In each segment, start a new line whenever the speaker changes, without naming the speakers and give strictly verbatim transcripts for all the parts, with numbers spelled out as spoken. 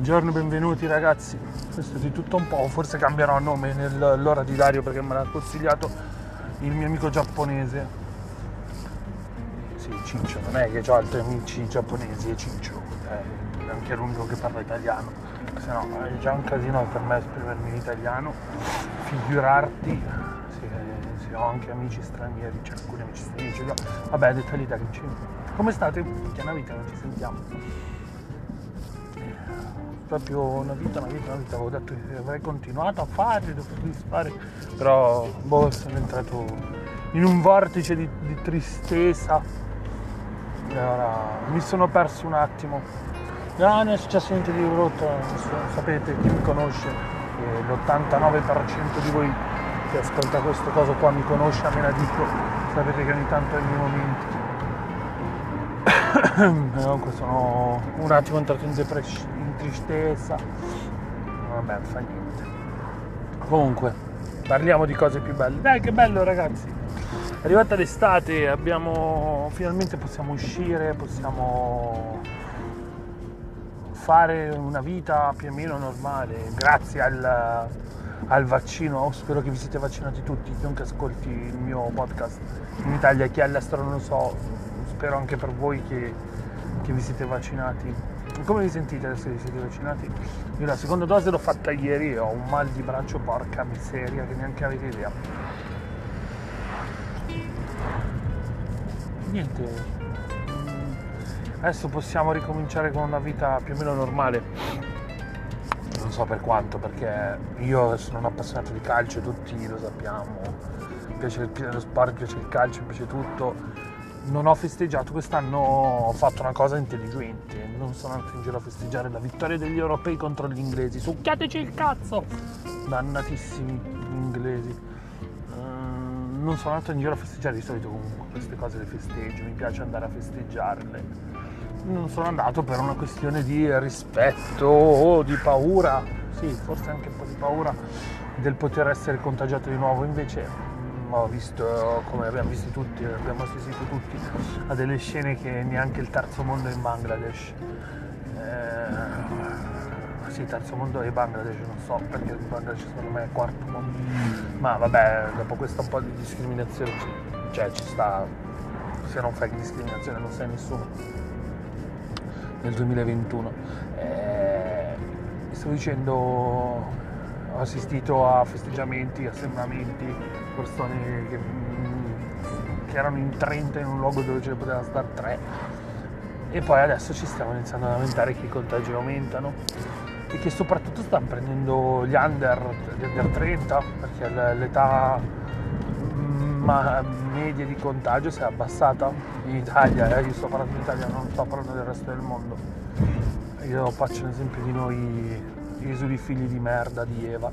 Buongiorno e benvenuti ragazzi, questo è di tutto un po', forse cambierò nome nell'ora di Dario perché me l'ha consigliato il mio amico giapponese. Sì, Ciccio, non è che ho altri amici giapponesi, è Ciccio, è anche l'unico che parla italiano, se no è già un casino per me esprimermi in italiano, figurarti se, se ho anche amici stranieri, cioè alcuni amici stranieri ce li ho. Vabbè, dettagli tecnici. Come state? Che è una vita, non ci sentiamo. Proprio una vita, una vita, una vita, avevo detto che avrei continuato a fare, dovevo fare, però boh, sono entrato in un vortice di, di tristezza e allora mi sono perso un attimo. No, non è successo niente di brutto, sapete, chi mi conosce, eh, l'ottantanove per cento di voi che ascolta questo coso qua mi conosce, a me la dico, sapete che ogni tanto ho i miei momenti. Comunque sono un attimo entrato in depressione, in tristezza, vabbè, non fa niente. Comunque parliamo di cose più belle. Dai, che bello ragazzi, è arrivata l'estate, abbiamo finalmente possiamo uscire, possiamo fare una vita più o meno normale grazie al, al vaccino. Oh, spero che vi siete vaccinati tutti, chiunque ascolti il mio podcast in Italia, chi è all'estero non lo so. Spero anche per voi che, che vi siete vaccinati. Come vi sentite adesso che vi siete vaccinati? Io la seconda dose l'ho fatta ieri e ho un mal di braccio, porca miseria, che neanche avete idea. Niente, adesso possiamo ricominciare con una vita più o meno normale. Non so per quanto, perché io sono un appassionato di calcio, tutti lo sappiamo, mi piace lo sport, mi piace il calcio, mi piace tutto. Non ho festeggiato quest'anno, ho fatto una cosa intelligente, non sono andato in giro a festeggiare la vittoria degli europei contro gli inglesi, succhiateci il cazzo, dannatissimi inglesi. Uh, non sono andato in giro a festeggiare, di solito comunque queste cose le festeggio, mi piace andare a festeggiarle. Non sono andato per una questione di rispetto o di paura, sì, forse anche un po' di paura del poter essere contagiato di nuovo, invece ho visto, come abbiamo visto tutti, abbiamo assistito tutti a delle scene che neanche il terzo mondo in Bangladesh, eh, sì, terzo mondo e Bangladesh non so, perché in Bangladesh secondo me è quarto mondo, ma vabbè, dopo questo un po' di discriminazione, cioè ci sta, se non fai discriminazione non sei nessuno nel duemilaventuno. Eh, stavo dicendo, ho assistito a festeggiamenti, assembramenti, persone che, che erano in trenta in un luogo dove ce ne potevano stare tre, e poi adesso ci stiamo iniziando a lamentare che i contagi aumentano e che soprattutto stanno prendendo gli under, gli under trenta, perché l'età ma media di contagio si è abbassata in Italia, eh? Io sto parlando in Italia, non sto parlando del resto del mondo. Io faccio un esempio di noi esuli figli di merda di Eva.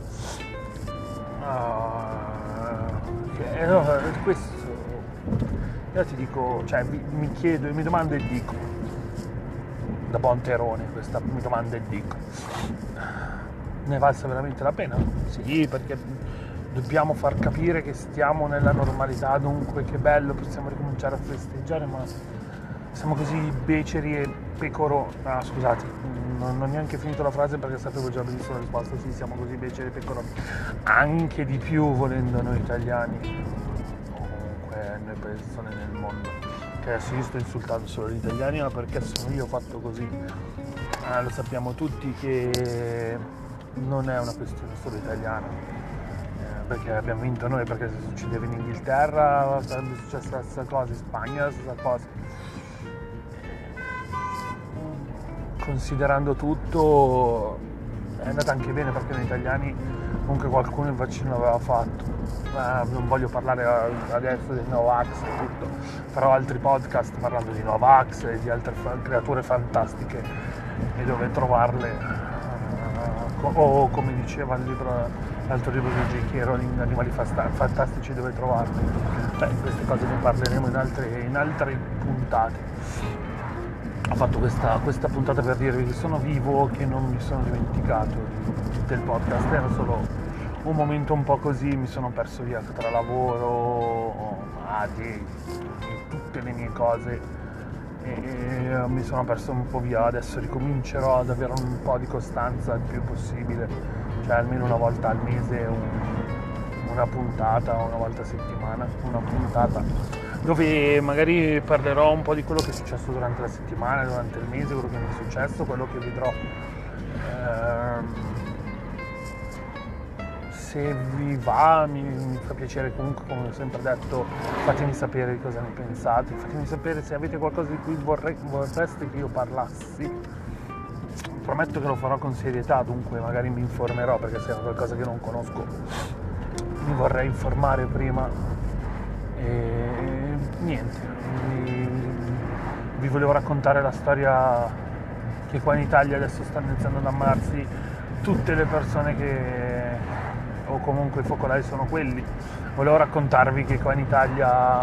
Uh, che, no, questo io ti dico, cioè mi, mi chiedo, mi domando e dico, da buon terone questa mi domanda e dico, ne valsa veramente la pena? Sì, perché dobbiamo far capire che stiamo nella normalità, dunque che bello, possiamo ricominciare a festeggiare, ma siamo così beceri e pecoro... Ah, scusate, non ho neanche finito la frase perché sapevo già benissimo la risposta. Sì, siamo così beceri e pecoroni, anche di più volendo noi italiani, comunque noi persone nel mondo, che adesso io sto insultando solo gli italiani, ma perché sono io fatto così. Ah, lo sappiamo tutti che non è una questione solo italiana, perché abbiamo vinto noi, perché se succedeva in Inghilterra sarebbe successa la stessa cosa, in Spagna la stessa cosa. Considerando tutto è andata anche bene, perché noi italiani comunque qualcuno il vaccino l'aveva fatto. Eh, non voglio parlare adesso dei Novax e tutto, però altri podcast parlando di Novax e di altre fa- creature fantastiche e dove trovarle, eh, o come diceva il libro, l'altro libro di J K Rowling, Animali fasta- fantastici, dove trovarle. Beh, queste cose ne parleremo in altre, in altre puntate. Ho fatto questa, questa puntata per dirvi che sono vivo, che non mi sono dimenticato del podcast, era solo un momento un po' così, mi sono perso via tra lavoro, mati, tutte le mie cose, e mi sono perso un po' via. Adesso ricomincerò ad avere un po' di costanza il più possibile, cioè almeno una volta al mese un, una puntata, una volta a settimana una puntata, dove magari parlerò un po' di quello che è successo durante la settimana, durante il mese, quello che mi è successo, quello che vedrò. Ehm, se vi va, mi, mi fa piacere. Comunque, come ho sempre detto, fatemi sapere di cosa ne pensate, fatemi sapere se avete qualcosa di cui vorrei, vorreste che io parlassi. Prometto che lo farò con serietà, dunque magari mi informerò, perché se è qualcosa che non conosco mi vorrei informare prima. E niente, vi, vi volevo raccontare la storia che qua in Italia adesso stanno iniziando ad ammalarsi tutte le persone che, o comunque i focolai sono quelli. Volevo raccontarvi che qua in Italia uh,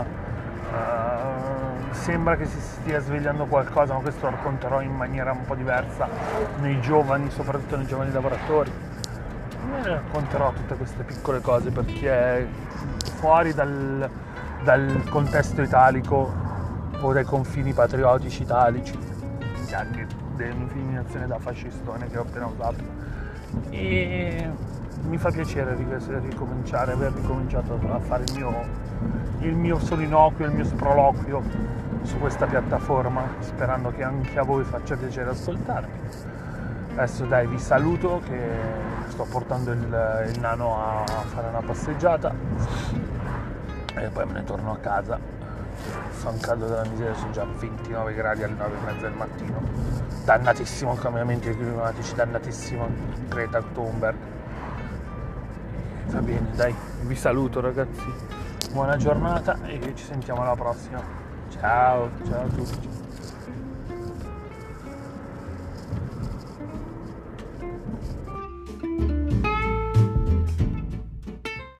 sembra che si stia svegliando qualcosa, ma questo lo racconterò in maniera un po' diversa nei giovani, soprattutto nei giovani lavoratori. Ne racconterò tutte queste piccole cose, perché fuori dal, dal contesto italico o dai confini patriottici italici, anche dell'incriminazione da fascistone che ho appena usato, e mi fa piacere ricominciare, aver ricominciato a fare il mio, il mio soliloquio, il mio sproloquio su questa piattaforma, sperando che anche a voi faccia piacere ascoltarmi. Adesso dai, vi saluto, che sto portando il, il nano a fare una passeggiata e poi me ne torno a casa. Fa un caldo della miseria, sono già ventinove gradi alle nove e mezza del mattino. Dannatissimo cambiamenti climatici, dannatissimo Greta Thunberg. Va bene, dai, vi saluto ragazzi, buona giornata e ci sentiamo alla prossima. Ciao, ciao a tutti.